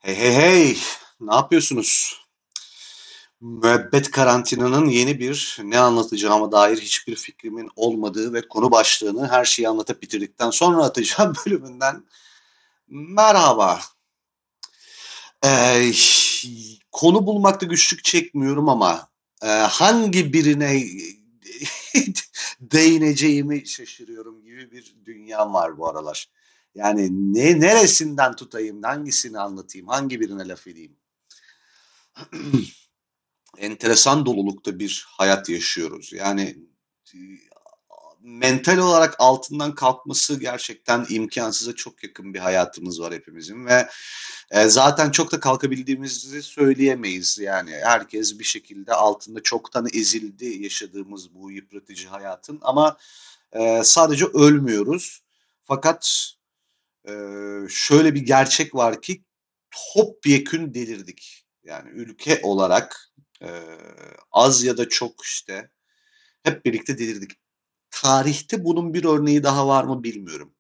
Hey hey hey! Ne yapıyorsunuz? Müebbet karantinanın yeni bir ne anlatacağıma dair hiçbir fikrimin olmadığı ve konu başlığını her şeyi anlatıp bitirdikten sonra atacağım bölümünden merhaba. Ee, Konu bulmakta güçlük çekmiyorum ama hangi birine değineceğimi şaşırıyorum gibi bir dünyam var bu aralar. Yani neresinden tutayım, hangisini anlatayım, hangi birine laf edeyim? Enteresan dolulukta bir hayat yaşıyoruz. Yani e, mental olarak altından kalkması gerçekten imkansıza çok yakın bir hayatımız var hepimizin ve zaten çok da kalkabildiğimizi söyleyemeyiz. Yani herkes bir şekilde altında çoktan ezildi yaşadığımız bu yıpratıcı hayatın ama sadece ölmüyoruz. Fakat e, şöyle bir gerçek var ki topyekün delirdik. Yani ülke olarak az ya da çok işte hep birlikte delirdik. Tarihte bunun bir örneği daha var mı bilmiyorum.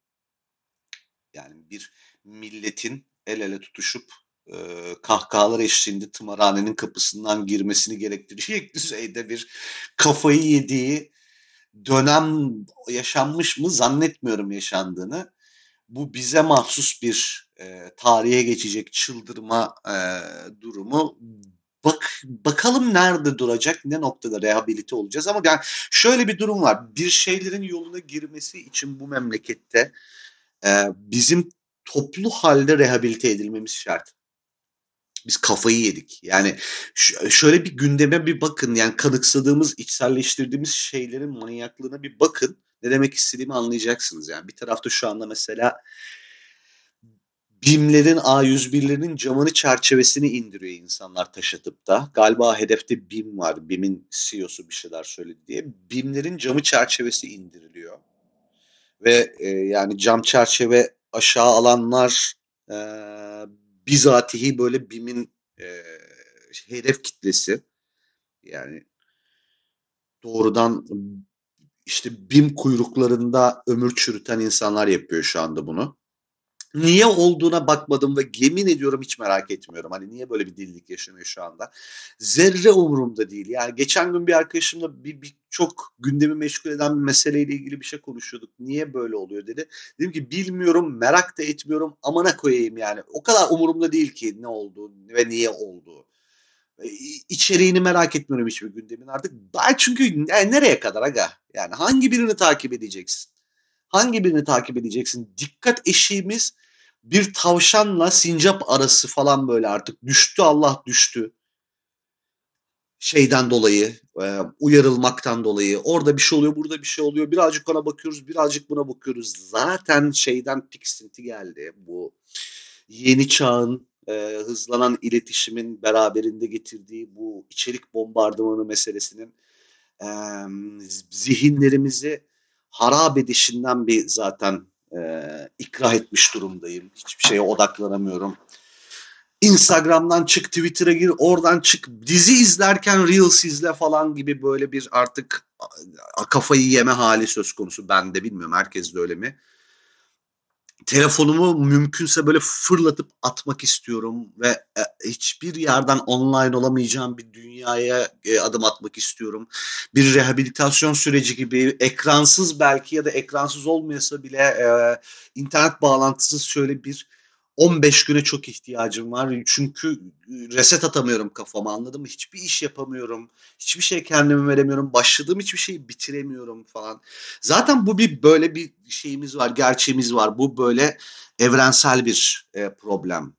Yani bir milletin el ele tutuşup kahkahalar eşliğinde tımarhanenin kapısından girmesini gerektirecek düzeyde bir kafayı yediği dönem yaşanmış mı zannetmiyorum yaşandığını. Bu bize mahsus bir tarihe geçecek çıldırma durumu. Bakalım nerede duracak, ne noktada rehabilite olacağız ama yani şöyle bir durum var. Bir şeylerin yoluna girmesi için bu memlekette bizim toplu halde rehabilite edilmemiz şart. Biz kafayı yedik. Yani şöyle bir gündeme bir bakın. Yani kanıksadığımız, içselleştirdiğimiz şeylerin manyaklığına bir bakın. Ne demek istediğimi anlayacaksınız yani. Bir tarafta şu anda mesela BİM'lerin, A101'lerin camını çerçevesini indiriyor insanlar taş atıp da. Galiba hedefte BİM var. BİM'in CEO'su bir şeyler söyledi diye. BİM'lerin camı çerçevesi indiriliyor. Ve yani cam çerçeve aşağı alanlar e, bizatihi böyle BİM'in hedef kitlesi. Yani doğrudan işte BİM kuyruklarında ömür çürüten insanlar yapıyor şu anda bunu. Niye olduğuna bakmadım ve yemin ediyorum hiç merak etmiyorum. Hani niye böyle bir delilik yaşanıyor şu anda? Zerre umurumda değil. Yani geçen gün bir arkadaşımla bir çok gündemi meşgul eden bir meseleyle ilgili bir şey konuşuyorduk. Niye böyle oluyor dedi. Dedim ki bilmiyorum, merak da etmiyorum. Amına koyayım yani. O kadar umurumda değil ki ne oldu ve niye oldu. İçeriğini merak etmiyorum hiçbir gündemin artık. Ben çünkü nereye kadar aga? Yani hangi birini takip edeceksin? Hangi birini takip edeceksin? Dikkat eşiğimiz bir tavşanla sincap arası falan böyle artık düştü, Allah düştü. Şeyden dolayı, uyarılmaktan dolayı. Orada bir şey oluyor, burada bir şey oluyor. Birazcık ona bakıyoruz, birazcık buna bakıyoruz. Zaten şeyden tiksinti geldi. Bu yeni çağın hızlanan iletişimin beraberinde getirdiği bu içerik bombardımanı meselesinin e, zihinlerimizi harap edişinden bir zaten ikrah etmiş durumdayım. Hiçbir şeye odaklanamıyorum. Instagram'dan çık, Twitter'a gir, oradan çık, dizi izlerken Reels izle falan gibi böyle bir artık kafayı yeme hali söz konusu. Ben de bilmiyorum, herkes de öyle mi? Telefonumu mümkünse böyle fırlatıp atmak istiyorum ve hiçbir yerden online olamayacağım bir dünyaya adım atmak istiyorum. Bir rehabilitasyon süreci gibi ekransız belki ya da ekransız olmayasa bile internet bağlantısız şöyle bir 15 güne çok ihtiyacım var. Çünkü reset atamıyorum kafama, anladın mı? Hiçbir iş yapamıyorum. Hiçbir şey kendime veremiyorum. Başladığım hiçbir şeyi bitiremiyorum falan. Zaten bu bir böyle bir şeyimiz var, gerçeğimiz var. Bu böyle evrensel bir problem.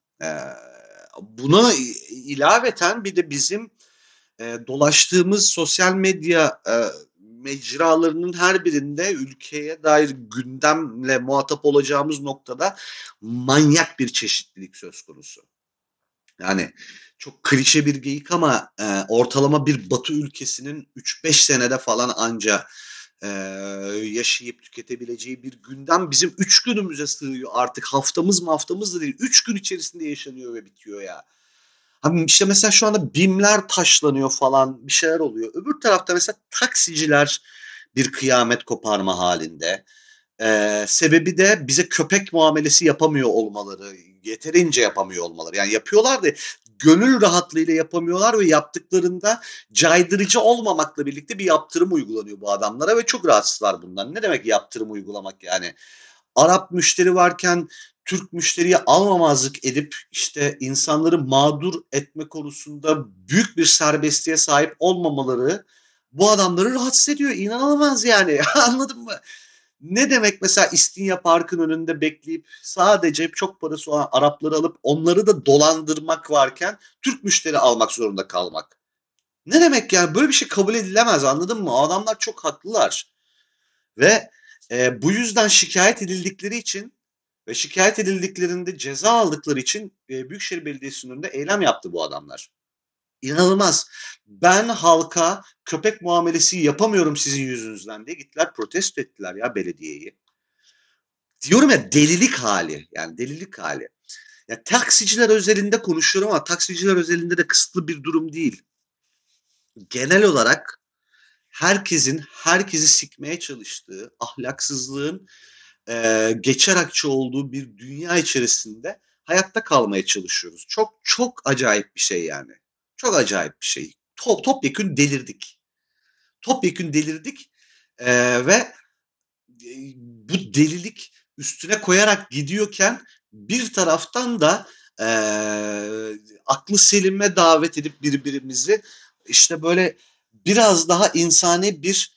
Buna ilaveten bir de bizim dolaştığımız sosyal medya mecralarının her birinde ülkeye dair gündemle muhatap olacağımız noktada manyak bir çeşitlilik söz konusu. Yani çok klişe bir geyik ama ortalama bir Batı ülkesinin 3-5 senede falan anca e, yaşayıp tüketebileceği bir gündem bizim 3 günümüze sığıyor artık. Haftamız da değil, 3 gün içerisinde yaşanıyor ve bitiyor ya. Abi işte mesela şu anda BİM'ler taşlanıyor falan, bir şeyler oluyor. Öbür tarafta mesela taksiciler bir kıyamet koparma halinde. Sebebi de bize köpek muamelesi yapamıyor olmaları, yeterince yapamıyor olmaları. Yani yapıyorlar da gönül rahatlığıyla yapamıyorlar ve yaptıklarında caydırıcı olmamakla birlikte bir yaptırım uygulanıyor bu adamlara ve çok rahatsızlar bundan. Ne demek yaptırım uygulamak yani? Arap müşteri varken Türk müşteriyi almamazlık edip işte insanları mağdur etme konusunda büyük bir serbestliğe sahip olmamaları bu adamları rahatsız ediyor. İnanılmaz yani. Anladın mı? Ne demek mesela İstinye Park'ın önünde bekleyip sadece çok parası olan Arapları alıp onları da dolandırmak varken Türk müşteri almak zorunda kalmak? Ne demek yani? Böyle bir şey kabul edilemez, anladın mı? O adamlar çok haklılar. Ve bu yüzden şikayet edildikleri için ve şikayet edildiklerinde ceza aldıkları için Büyükşehir Belediyesi'nin önünde eylem yaptı bu adamlar. İnanılmaz. Ben halka köpek muamelesi yapamıyorum sizin yüzünüzden diye gittiler protesto ettiler ya belediyeyi. Diyorum ya, delilik hali. Yani delilik hali. Ya taksiciler özelinde konuşuyorum ama taksiciler özelinde de kısıtlı bir durum değil. Genel olarak herkesin herkesi sikmeye çalıştığı, ahlaksızlığın geçer akçe olduğu bir dünya içerisinde hayatta kalmaya çalışıyoruz. Çok çok acayip bir şey yani. Çok acayip bir şey. Topyekün delirdik. Topyekün delirdik ve bu delilik üstüne koyarak gidiyorken bir taraftan da aklı selime davet edip birbirimizi işte böyle biraz daha insani bir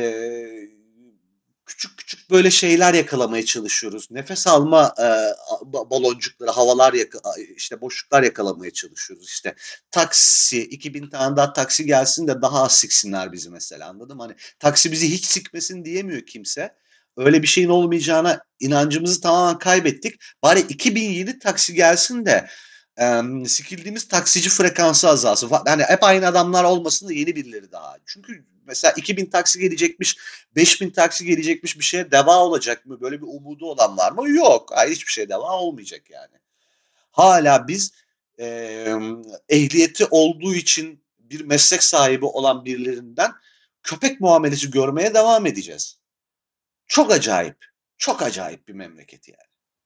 küçük küçük böyle şeyler yakalamaya çalışıyoruz. Nefes alma baloncukları, havalar işte boşluklar yakalamaya çalışıyoruz. İşte taksi, 2000 tane daha taksi gelsin de daha az siksinler bizi mesela, anladın mı? Hani taksi bizi hiç sikmesin diyemiyor kimse. Öyle bir şeyin olmayacağına inancımızı tamamen kaybettik. Bari 2007 taksi gelsin de sikildiğimiz taksici frekansı azalsın. Yani hep aynı adamlar olmasın da yeni birileri daha. Çünkü mesela 2000 taksi gelecekmiş, 5000 taksi gelecekmiş, bir şeye deva olacak mı? Böyle bir umudu olan var mı? Yok. Hayır, hiçbir şey deva olmayacak yani. Hala biz e, ehliyeti olduğu için bir meslek sahibi olan birilerinden köpek muamelesi görmeye devam edeceğiz. Çok acayip. Çok acayip bir memleket yani.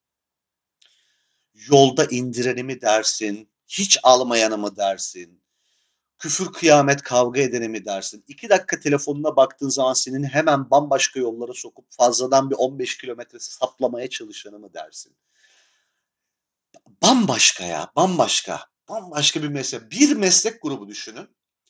Yolda indireni mi dersin, hiç almayanı mı dersin, küfür kıyamet kavga edeni mi dersin? 2 dakika telefonuna baktığın zaman senin hemen bambaşka yollara sokup fazladan bir 15 kilometre saplamaya çalışanı mı dersin? Bambaşka ya, bambaşka. Bambaşka bir meslek. Bir meslek grubu düşünün.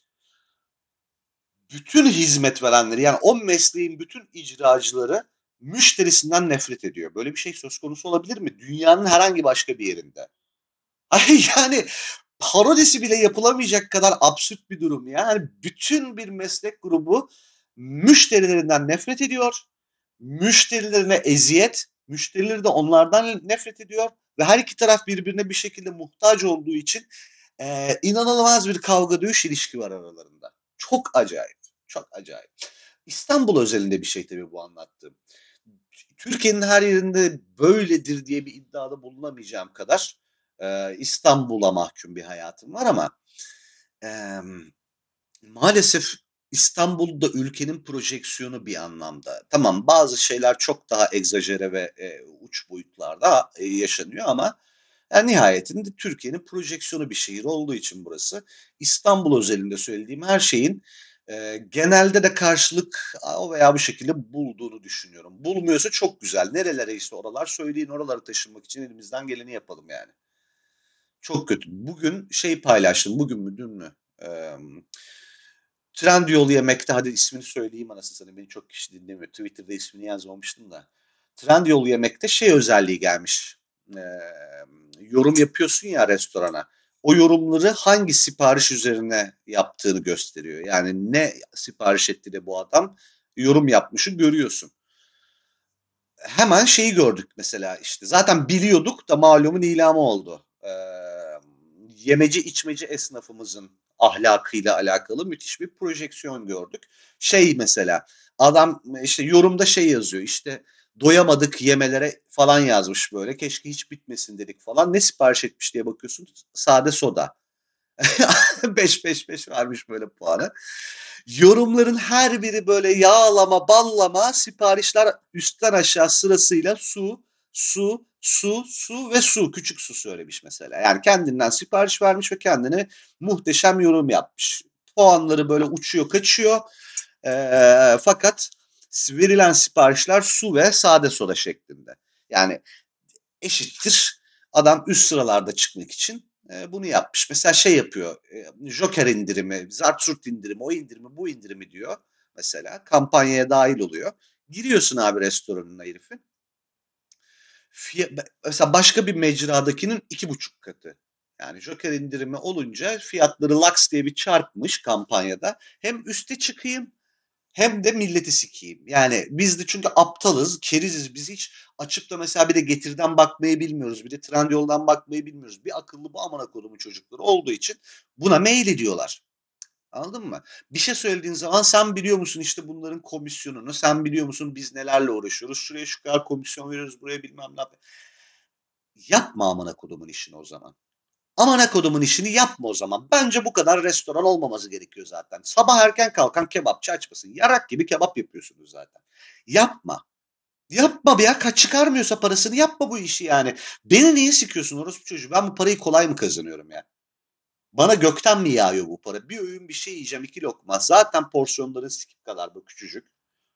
Bütün hizmet verenleri, yani o mesleğin bütün icracıları müşterisinden nefret ediyor. Böyle bir şey söz konusu olabilir mi? Dünyanın herhangi başka bir yerinde. Ay yani parodisi bile yapılamayacak kadar absürt bir durum ya. Yani bütün bir meslek grubu müşterilerinden nefret ediyor. Müşterilerine eziyet, müşterileri de onlardan nefret ediyor ve her iki taraf birbirine bir şekilde muhtaç olduğu için inanılmaz bir kavga dövüş ilişki var aralarında. Çok acayip, çok acayip. İstanbul özelinde bir şey tabii bu anlattığım. Türkiye'nin her yerinde böyledir diye bir iddiada bulunamayacağım kadar İstanbul'a mahkum bir hayatım var ama e, maalesef İstanbul'da ülkenin projeksiyonu bir anlamda. Tamam, bazı şeyler çok daha egzajere ve uç boyutlarda yaşanıyor ama yani nihayetinde Türkiye'nin projeksiyonu bir şehir olduğu için burası. İstanbul özelinde söylediğim her şeyin genelde de karşılık o veya bu şekilde bulduğunu düşünüyorum. Bulmuyorsa çok güzel. Nerelere ise oralar söyleyin, oraları taşınmak için elimizden geleni yapalım yani. Çok kötü. Bugün şey paylaştım. Bugün mü dün mü? Trendyol Yemek'te, hadi ismini söyleyeyim anasını satayım. Beni çok kişi dinlemiyor. Twitter'da ismini yazmamıştım da. Trendyol Yemek'te şey özelliği gelmiş. Ee, Yorum yapıyorsun ya restorana. O yorumları hangi sipariş üzerine yaptığını gösteriyor. Yani ne sipariş etti de bu adam yorum yapmışı görüyorsun. Hemen şeyi gördük mesela işte. Zaten biliyorduk da malumun ilamı oldu. Yemeci içmeci esnafımızın ahlakıyla alakalı müthiş bir projeksiyon gördük. Şey mesela adam işte yorumda şey yazıyor işte doyamadık yemelere falan yazmış böyle. Keşke hiç bitmesin dedik falan. Ne sipariş etmiş diye bakıyorsun. Sade soda. 5 5 5 vermiş böyle puanı. Yorumların her biri böyle yağlama, ballama, siparişler üstten aşağı sırasıyla su, su, su, su ve su. Küçük su söylemiş mesela. Yani kendinden sipariş vermiş ve kendine muhteşem yorum yapmış. Puanları böyle uçuyor, kaçıyor. Fakat verilen siparişler su ve sade soda şeklinde. Yani eşittir. Adam üst sıralarda çıkmak için bunu yapmış. Mesela şey yapıyor. Joker indirimi, Zartsurt indirimi, o indirimi, bu indirimi diyor. Mesela kampanyaya dahil oluyor. Giriyorsun abi restoranın herifin. Mesela başka bir mecradakinin 2,5 katı. Yani Joker indirimi olunca fiyatları laks diye bir çarpmış kampanyada. Hem üste çıkayım hem de milleti sikeyim. Yani biz de çünkü aptalız, keriziz. Biz hiç açıp da mesela bir de Getir'den bakmayı bilmiyoruz. Bir de Trendyol'dan bakmayı bilmiyoruz. Bir akıllı bu amına kodumun çocukları olduğu için buna mail ediyorlar. Anladın mı? Bir şey söylediğin zaman sen biliyor musun işte bunların komisyonunu, sen biliyor musun biz nelerle uğraşıyoruz, şuraya şu kadar komisyon veriyoruz, buraya bilmem ne yapıyoruz. Yapma amına kodumun işini o zaman. Amına kodumun işini yapma o zaman. Bence bu kadar restoran olmaması gerekiyor zaten. Sabah erken kalkan kebapçı açmasın. Yarak gibi kebap yapıyorsunuz zaten. Yapma. Yapma ya. Kaç çıkarmıyorsa parasını yapma bu işi yani. Beni niye sikiyorsun orospu çocuğu? Ben bu parayı kolay mı kazanıyorum ya? Bana gökten mi yağıyor bu para? Bir öğün bir şey yiyeceğim 2 lokma. Zaten porsiyonların sikik kadar bu küçücük.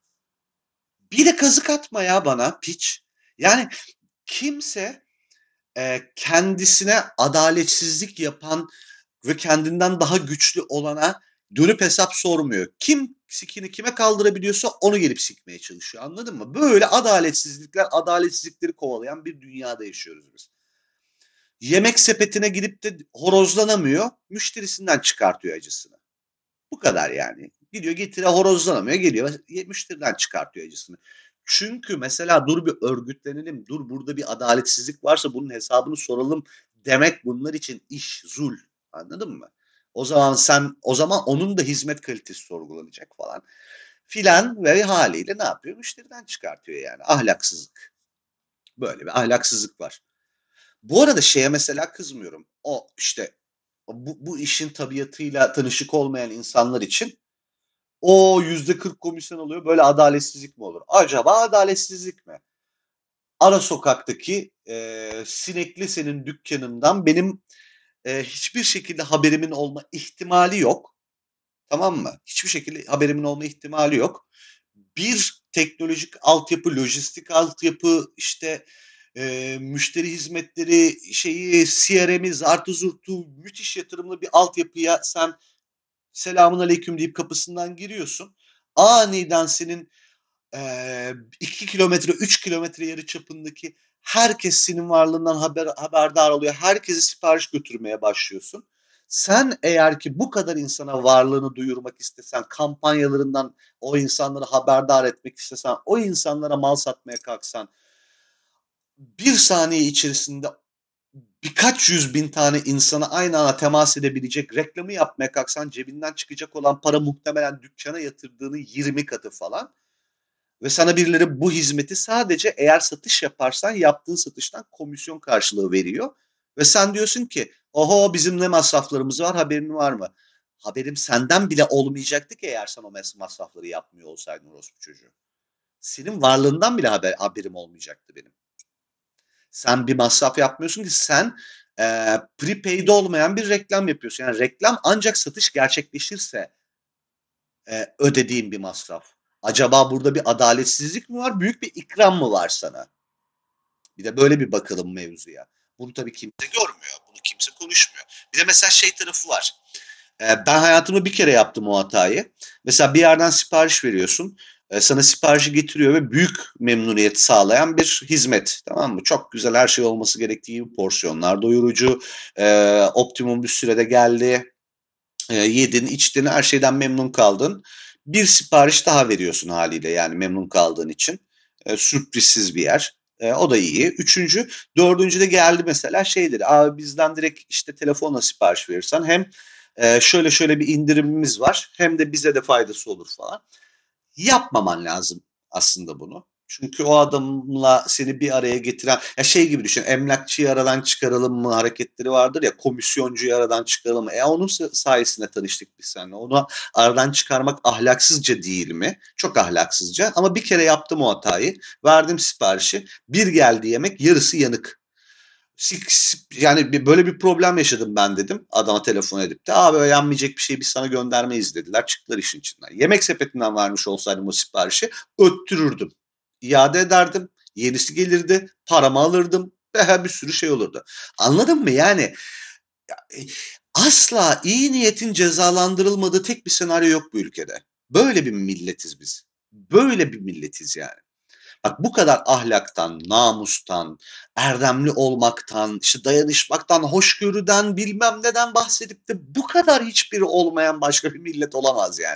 Bir de kazık atma ya bana piç. Yani kimse kendisine adaletsizlik yapan ve kendinden daha güçlü olana dönüp hesap sormuyor. Kim sikini kime kaldırabiliyorsa onu gelip sikmeye çalışıyor. Anladın mı? Böyle adaletsizlikleri kovalayan bir dünyada yaşıyoruz biz. Yemek sepetine gidip de horozlanamıyor, müşterisinden çıkartıyor acısını. Bu kadar yani. Gidiyor getire horozlanamıyor, geliyor müşteriden çıkartıyor acısını. Çünkü mesela dur bir örgütlenelim, dur burada bir adaletsizlik varsa bunun hesabını soralım demek bunlar için iş, zul. Anladın mı? O zaman onun da hizmet kalitesi sorgulanacak falan filan ve haliyle ne yapıyor? Müşteriden çıkartıyor yani. Ahlaksızlık. Böyle bir ahlaksızlık var. Bu arada şeye mesela kızmıyorum. O işte bu işin tabiatıyla tanışık olmayan insanlar için o %40 komisyon alıyor. Böyle adaletsizlik mi olur? Acaba adaletsizlik mi? Ara sokaktaki sinekli senin dükkanından benim hiçbir şekilde haberimin olma ihtimali yok. Tamam mı? Hiçbir şekilde haberimin olma ihtimali yok. Bir teknolojik altyapı, lojistik altyapı, işte müşteri hizmetleri, şeyi, CRM'i, zartı zurtu, müthiş yatırımlı bir altyapıya sen selamun aleyküm deyip kapısından giriyorsun. Aniden senin 2 kilometre, 3 kilometre yarı çapındaki herkes senin varlığından haberdar oluyor. Herkese sipariş götürmeye başlıyorsun. Sen eğer ki bu kadar insana varlığını duyurmak istesen, kampanyalarından o insanları haberdar etmek istesen, o insanlara mal satmaya kalksan, bir saniye içerisinde birkaç 100.000 tane insana aynı anda temas edebilecek reklamı yapmaya kalksan cebinden çıkacak olan para muhtemelen dükkana yatırdığını 20 katı falan. Ve sana birileri bu hizmeti sadece eğer satış yaparsan yaptığın satıştan komisyon karşılığı veriyor. Ve sen diyorsun ki oho bizim ne masraflarımız var haberin var mı? Haberim senden bile olmayacaktı ki eğer sen o masrafları yapmıyor olsaydın orospu çocuğu. Senin varlığından bile haberim olmayacaktı benim. Sen bir masraf yapmıyorsun ki sen prepaid olmayan bir reklam yapıyorsun. Yani reklam ancak satış gerçekleşirse ödediğin bir masraf. Acaba burada bir adaletsizlik mi var? Büyük bir ikram mı var sana? Bir de böyle bir bakalım mevzuya. Bunu tabii kimse görmüyor. Bunu kimse konuşmuyor. Bir de mesela şey tarafı var. Ben hayatımda bir kere yaptım o hatayı. Mesela bir yerden sipariş veriyorsun. Sana siparişi getiriyor ve büyük memnuniyet sağlayan bir hizmet. Tamam mı? Çok güzel her şey olması gerektiği gibi porsiyonlar doyurucu. Optimum bir sürede geldi. Yedin, içtin, her şeyden memnun kaldın. Bir sipariş daha veriyorsun haliyle yani memnun kaldığın için. Sürprizsiz bir yer. O da iyi. Üçüncü, dördüncü de geldi mesela şeydir. Abi bizden direkt işte telefonla sipariş verirsen hem şöyle şöyle bir indirimimiz var hem de bize de faydası olur falan. Yapmaman lazım aslında bunu. Çünkü o adamla seni bir araya getiren, ya şey gibi düşün, emlakçıyı aradan çıkaralım mı hareketleri vardır ya, komisyoncuyu aradan çıkaralım mı? Onun sayesinde tanıştık biz seninle. Onu aradan çıkarmak ahlaksızca değil mi? Çok ahlaksızca, ama bir kere yaptım o hatayı. Verdim siparişi. Bir geldi yemek, yarısı yanık. Yani böyle bir problem yaşadım ben, dedim. Adama telefon edip de abi yenmeyecek bir şey biz sana göndermeyiz dediler. Çıktılar işin içinden. Yemek sepetinden vermiş olsaydım o siparişi, öttürürdüm. İade ederdim. Yenisi gelirdi. Paramı alırdım. Ve bir sürü şey olurdu. Anladın mı? Yani e, asla iyi niyetin cezalandırılmadığı tek bir senaryo yok bu ülkede. Böyle bir milletiz biz. Böyle bir milletiz yani. Bak, bu kadar ahlaktan, namustan, erdemli olmaktan, işte dayanışmaktan, hoşgörüden, bilmem neden bahsedip de bu kadar hiçbiri olmayan başka bir millet olamaz yani.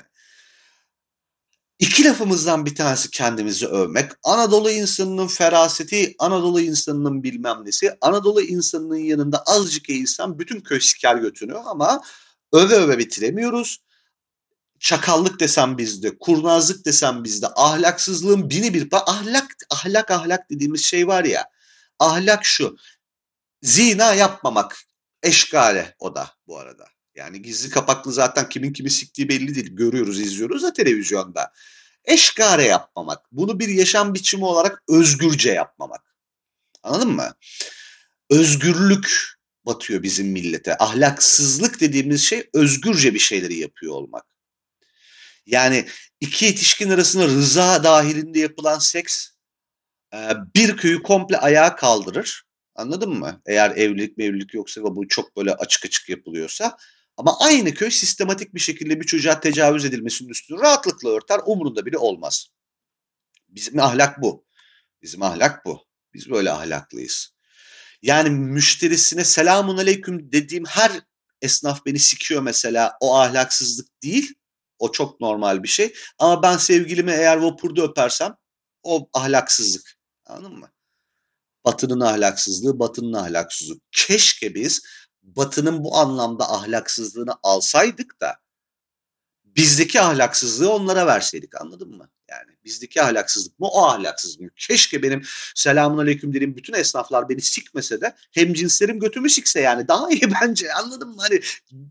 İki lafımızdan bir tanesi kendimizi övmek. Anadolu insanının feraseti, Anadolu insanının bilmem nesi, Anadolu insanının yanında azıcık eğilsen bütün köy siker götünü, ama öve öve bitiremiyoruz. Çakallık desem bizde, kurnazlık desem bizde, ahlaksızlığın bini bir ahlak dediğimiz şey var ya. Ahlak şu: zina yapmamak, eşgale o da bu arada. Yani gizli kapaklı zaten kimin kimi siktiği belli değil. Görüyoruz, izliyoruz da televizyonda. Eşgare yapmamak. Bunu bir yaşam biçimi olarak özgürce yapmamak. Anladın mı? Özgürlük batıyor bizim millete. Ahlaksızlık dediğimiz şey özgürce bir şeyleri yapıyor olmak. Yani iki yetişkin arasında rıza dahilinde yapılan seks bir köyü komple ayağa kaldırır. Anladın mı? Eğer evlilik yoksa ve bu çok böyle açık açık yapılıyorsa. Ama aynı köy sistematik bir şekilde bir çocuğa tecavüz edilmesinin üstünü rahatlıkla örter. Umurunda bile olmaz. Bizim ahlak bu. Bizim ahlak bu. Biz böyle ahlaklıyız. Yani müşterisine selamun aleyküm dediğim her esnaf beni sikiyor mesela. O ahlaksızlık değil. O çok normal bir şey. Ama ben sevgilimi eğer vapurda öpersem o ahlaksızlık. Anladın mı? Batının ahlaksızlığı, Batı'nın ahlaksızlığı. Keşke biz Batı'nın bu anlamda ahlaksızlığını alsaydık da bizdeki ahlaksızlığı onlara verseydik, anladın mı? Yani bizdeki ahlaksızlık mı, o ahlaksızlık mı? Keşke benim selamun aleyküm dediğim bütün esnaflar beni sikmese de hemcinslerim götümü sikse, yani daha iyi bence, anladın mı? Hani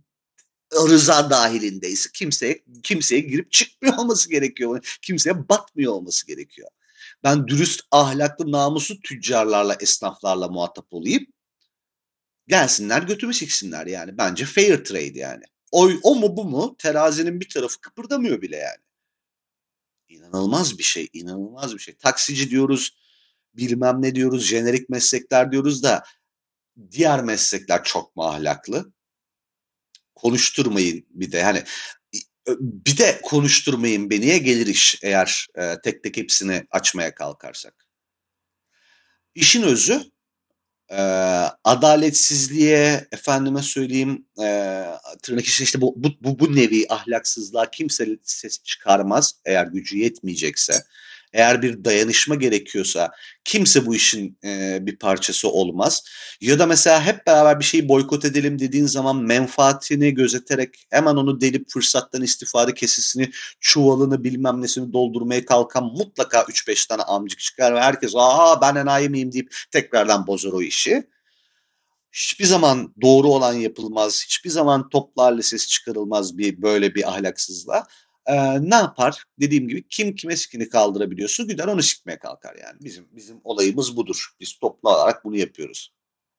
rıza dahilindeyse kimseye girip çıkmıyor olması gerekiyor. Kimseye batmıyor olması gerekiyor. Ben dürüst, ahlaklı, namuslu tüccarlarla, esnaflarla muhatap olayım. Gelsinler götümü siksinler yani. Bence fair trade yani. O mu bu mu? Terazinin bir tarafı kıpırdamıyor bile yani. İnanılmaz bir şey, inanılmaz bir şey. Taksici diyoruz, bilmem ne diyoruz, jenerik meslekler diyoruz da diğer meslekler çok mu ahlaklı? Konuşturmayın bir de, hani bir de konuşturmayın beniye gelir iş, eğer tek tek hepsini açmaya kalkarsak. İşin özü, adaletsizliğe, efendime söyleyeyim, tırnak içinde işte bu nevi ahlaksızlığa kimse ses çıkarmaz eğer gücü yetmeyecekse. Eğer bir dayanışma gerekiyorsa kimse bu işin bir parçası olmaz. Ya da mesela hep beraber bir şeyi boykot edelim dediğin zaman menfaatini gözeterek hemen onu delip fırsattan istifade kesesini, çuvalını bilmem nesini doldurmaya kalkan mutlaka 3-5 tane amcık çıkar ve herkes aha ben enayi miyim deyip tekrardan bozar o işi. Hiçbir zaman doğru olan yapılmaz. Hiçbir zaman toplarla ses çıkarılmaz böyle bir ahlaksızlığa. Ne yapar? Dediğim gibi kim kime sikini kaldırabiliyorsa gider onu sikmeye kalkar yani. Bizim olayımız budur. Biz toplu olarak bunu yapıyoruz.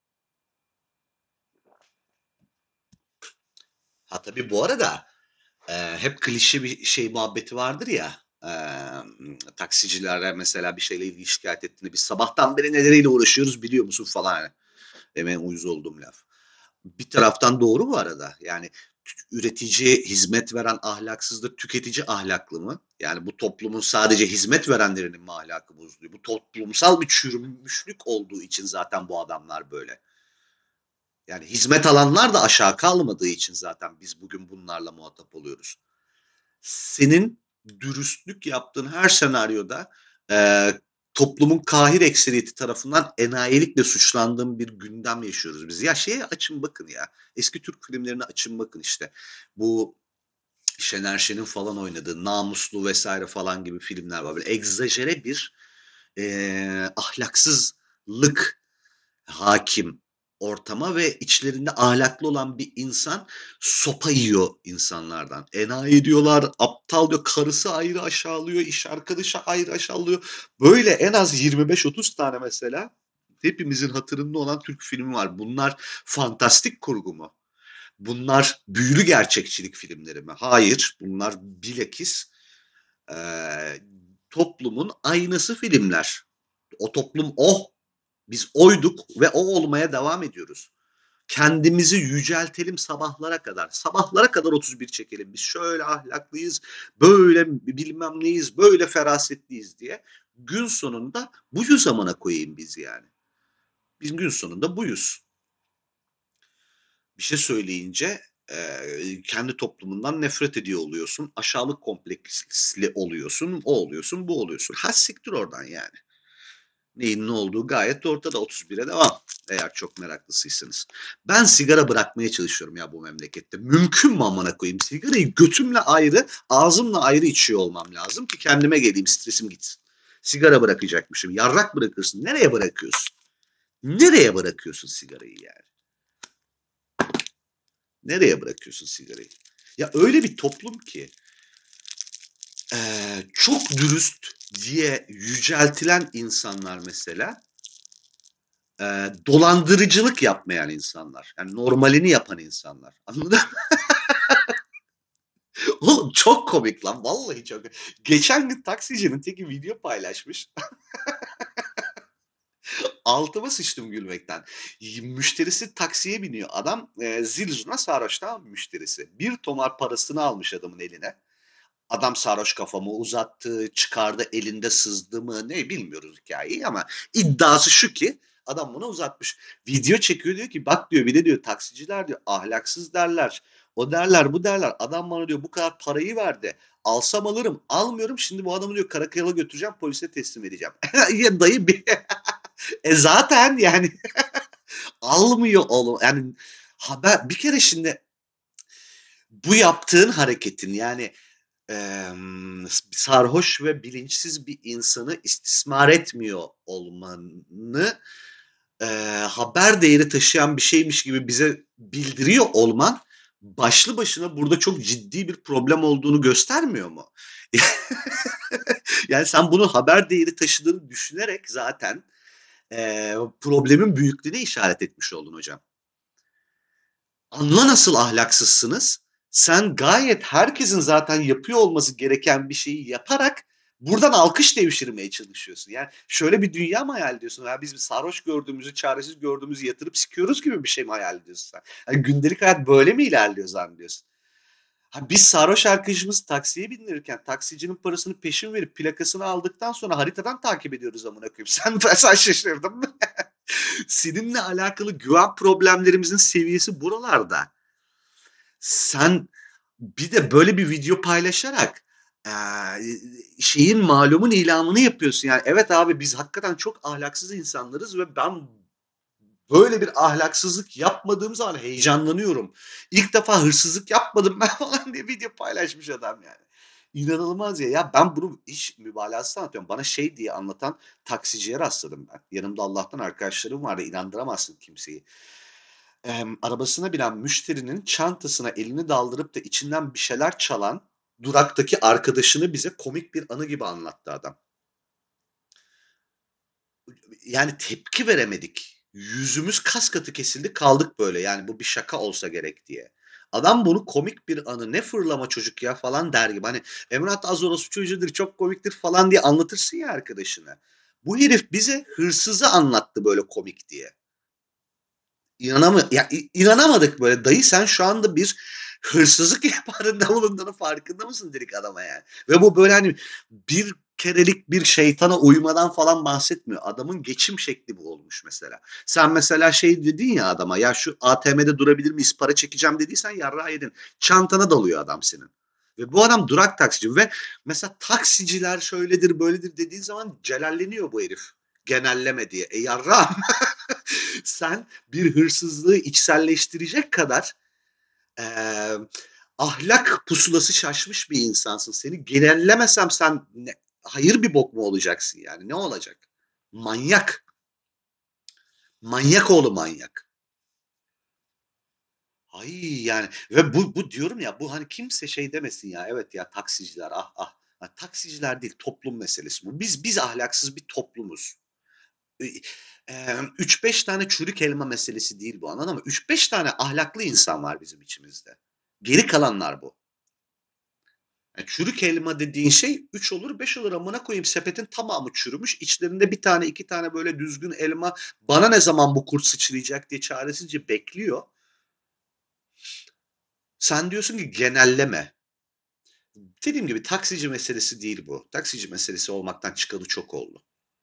Ha tabii, bu arada hep klişe bir şey muhabbeti vardır ya. Taksicilere mesela bir şeyle ilgili şikayet ettiğinde biz sabahtan beri neleriyle uğraşıyoruz biliyor musun falan. Hemen uyuz olduğum laf. Bir taraftan doğru bu arada. Yani üretici hizmet veren ahlaksızdır, tüketici ahlaklı mı? Yani bu toplumun sadece hizmet verenlerinin mi ahlakı bozuluyor? Bu toplumsal bir çürümüşlük olduğu için zaten bu adamlar böyle. Yani hizmet alanlar da aşağı kalmadığı için zaten biz bugün bunlarla muhatap oluyoruz. Senin dürüstlük yaptığın her senaryoda e, toplumun kahir ekseriyeti tarafından enayilikle suçlandığım bir gündem yaşıyoruz biz. Ya şeye açın bakın ya. Eski Türk filmlerine açın bakın işte. Bu Şener Şen'in falan oynadığı Namuslu vesaire falan gibi filmler var. Böyle egzajere bir ahlaksızlık hakim ortama ve içlerinde ahlaklı olan bir insan sopa yiyor insanlardan. Enayi diyorlar, aptal diyor, karısı ayrı aşağılıyor, iş arkadaşı ayrı aşağılıyor. Böyle en az 25-30 tane mesela hepimizin hatırında olan Türk filmi var. Bunlar fantastik kurgu mu? Bunlar büyülü gerçekçilik filmleri mi? Hayır, bunlar bilakis eee, toplumun aynası filmler. O toplum biz oyduk ve o olmaya devam ediyoruz. Kendimizi yüceltelim sabahlara kadar. Sabahlara kadar 31 çekelim. Biz şöyle ahlaklıyız, böyle bilmem neyiz, böyle ferasetliyiz diye. Gün sonunda buyuz amına koyayım biz yani. Biz gün sonunda buyuz. Bir şey söyleyince kendi toplumundan nefret ediyor oluyorsun. Aşağılık kompleksli oluyorsun. O oluyorsun, bu oluyorsun. Ha siktir oradan yani. Neyin ne olduğu gayet ortada. 31'e devam. Eğer çok meraklısıysanız. Ben sigara bırakmaya çalışıyorum ya bu memlekette. Mümkün mü amına koyayım? Sigarayı götümle ayrı, ağzımla ayrı içiyor olmam lazım ki kendime geleyim, stresim gitsin. Sigara bırakacakmışım. Yarrak bırakırsın. Nereye bırakıyorsun? Nereye bırakıyorsun sigarayı yani? Nereye bırakıyorsun sigarayı? Ya öyle bir toplum ki çok dürüst diye yüceltilen insanlar mesela dolandırıcılık yapmayan insanlar. Yani normalini yapan insanlar. Anladın mı? Oğlum çok komik lan. Vallahi çok. Geçen gün taksicinin teki video paylaşmış. Altıma sıçtım gülmekten. Müşterisi taksiye biniyor. Adam zil zurna sarhoş, tamam mı müşterisi? Bir tomar parasını almış adamın eline. Adam sarhoş kafamı uzattı, çıkardı, elinde sızdı mı ne bilmiyoruz hikayeyi ama iddiası şu ki adam bunu uzatmış. Video çekiyor, diyor ki bak diyor, bir de diyor taksiciler diyor ahlaksız derler. O derler, bu derler. Adam bana diyor bu kadar parayı verdi. Alsam alırım, almıyorum. Şimdi bu adamı diyor karakola götüreceğim, polise teslim edeceğim. Ya dayı bir zaten yani almıyor oğlum. Yani haber bir kere şimdi bu yaptığın hareketin yani sarhoş ve bilinçsiz bir insanı istismar etmiyor olmanı haber değeri taşıyan bir şeymiş gibi bize bildiriyor olman başlı başına burada çok ciddi bir problem olduğunu göstermiyor mu? Yani sen bunu haber değeri taşıdığını düşünerek zaten problemin büyüklüğüne işaret etmiş oldun hocam. Anla nasıl ahlaksızsınız? Sen gayet herkesin zaten yapıyor olması gereken bir şeyi yaparak buradan alkış devşirmeye çalışıyorsun. Yani şöyle bir dünya mı hayal ediyorsun? Ya biz bir sarhoş gördüğümüzü, çaresiz gördüğümüzü yatırıp sikiyoruz gibi bir şey mi hayal ediyorsun sen? Yani gündelik hayat böyle mi ilerliyor zannediyorsun? Ha, biz sarhoş arkadaşımız taksiye bindirirken taksicinin parasını peşin verip plakasını aldıktan sonra haritadan takip ediyoruz amına koyayım. Sen şaşırdın mı? Seninle alakalı güven problemlerimizin seviyesi buralarda. Sen bir de böyle bir video paylaşarak şeyin malumun ilamını yapıyorsun. Yani evet abi biz hakikaten çok ahlaksız insanlarız ve ben böyle bir ahlaksızlık yapmadığım zaman heyecanlanıyorum. İlk defa hırsızlık yapmadım ben falan diye video paylaşmış adam yani. İnanılmaz ya. Ya ben bunu hiç mübalağasız anlatıyorum. Bana şey diye anlatan taksiciye rastladım ben. Yanımda Allah'tan arkadaşlarım vardı. İnandıramazsın kimseyi. Arabasına binen müşterinin çantasına elini daldırıp da içinden bir şeyler çalan duraktaki arkadaşını bize komik bir anı gibi anlattı adam. Yani tepki veremedik. Yüzümüz kas katı kesildi, kaldık böyle. Yani bu bir şaka olsa gerek diye. Adam bunu komik bir anı, ne fırlama çocuk ya falan der gibi. Hani Emrah az orospu çocuğudur, çok komiktir falan diye anlatırsın ya arkadaşına. Bu herif bize hırsızı anlattı böyle komik diye. İnanamadık böyle. Dayı sen şu anda bir hırsızlık ihbarında bulunduğunu farkında mısın dedik adama yani. Ve bu böyle hani bir kerelik bir şeytana uymadan falan bahsetmiyor. Adamın geçim şekli bu olmuş mesela. Sen mesela şey dedin ya adama, ya şu ATM'de durabilir miyiz para çekeceğim dediysen yarrağı yedin. Çantana dalıyor adam senin. Ve bu adam durak taksici ve mesela taksiciler şöyledir böyledir dediğin zaman celalleniyor bu herif. Genelleme diye. Yarrağım. Sen bir hırsızlığı içselleştirecek kadar e, ahlak pusulası şaşmış bir insansın. Seni genellemesem sen hayır bir bok mu olacaksın yani? Ne olacak? Manyak. Manyak oğlu manyak. Ay yani ve bu diyorum ya, bu hani kimse şey demesin ya, evet ya taksiciler ah ah. Ha, taksiciler değil, toplum meselesi bu. Biz ahlaksız bir toplumuz. 3-5 tane çürük elma meselesi değil bu, anladın mı? 3-5 tane ahlaklı insan var bizim içimizde. Geri kalanlar bu. Yani çürük elma dediğin şey 3 olur 5 olur, amına koyayım, sepetin tamamı çürümüş. İçlerinde bir tane iki tane böyle düzgün elma, bana ne zaman bu kurt sıçrayacak diye çaresizce bekliyor. Sen diyorsun ki genelleme. Dediğim gibi taksici meselesi değil bu. Taksici meselesi olmaktan çıkalı çok oldu.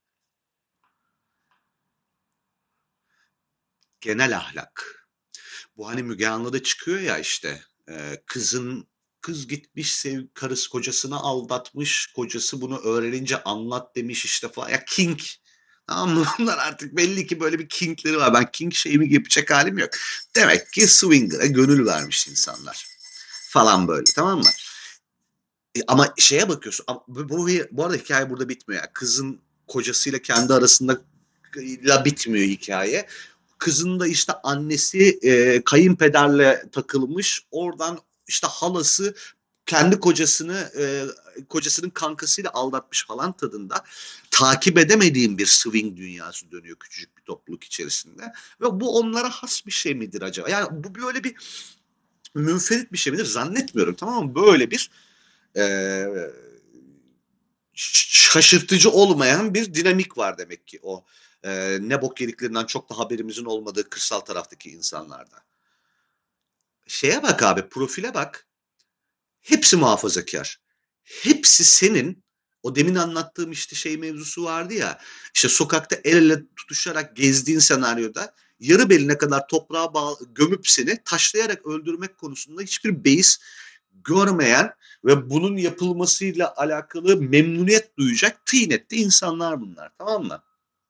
Genel ahlak. Bu hani Müge Anlı'da çıkıyor ya işte, kız gitmiş karısı kocasını aldatmış, kocası bunu öğrenince anlat demiş işte falan ya, king. Tamam mı? Bunlar artık belli ki böyle bir kingleri var. Ben king şeyimi yapacak halim yok. Demek ki swinger'a gönül vermiş insanlar falan böyle, tamam mı? Ama şeye bakıyorsun, bu arada hikaye burada bitmiyor. Yani kızın kocasıyla kendi arasında bitmiyor hikaye. Kızın da işte annesi kayınpederle takılmış. Oradan işte halası kendi kocasının kankasıyla aldatmış falan tadında. Takip edemediğim bir swing dünyası dönüyor küçücük bir topluluk içerisinde. Ve bu onlara has bir şey midir acaba? Yani bu böyle bir münferit bir şey midir? Zannetmiyorum, tamam mı? Böyle bir e, şaşırtıcı olmayan bir dinamik var demek ki o ne bok yediklerinden çok da haberimizin olmadığı kırsal taraftaki insanlarda. Şeye bak abi, profile bak. Hepsi muhafazakar. Hepsi senin o demin anlattığım işte şey mevzusu vardı ya. İşte sokakta el ele tutuşarak gezdiğin senaryoda yarı beline kadar toprağa gömüp seni taşlayarak öldürmek konusunda hiçbir beis görmeyen ve bunun yapılmasıyla alakalı memnuniyet duyacak tıynetli insanlar bunlar, tamam mı?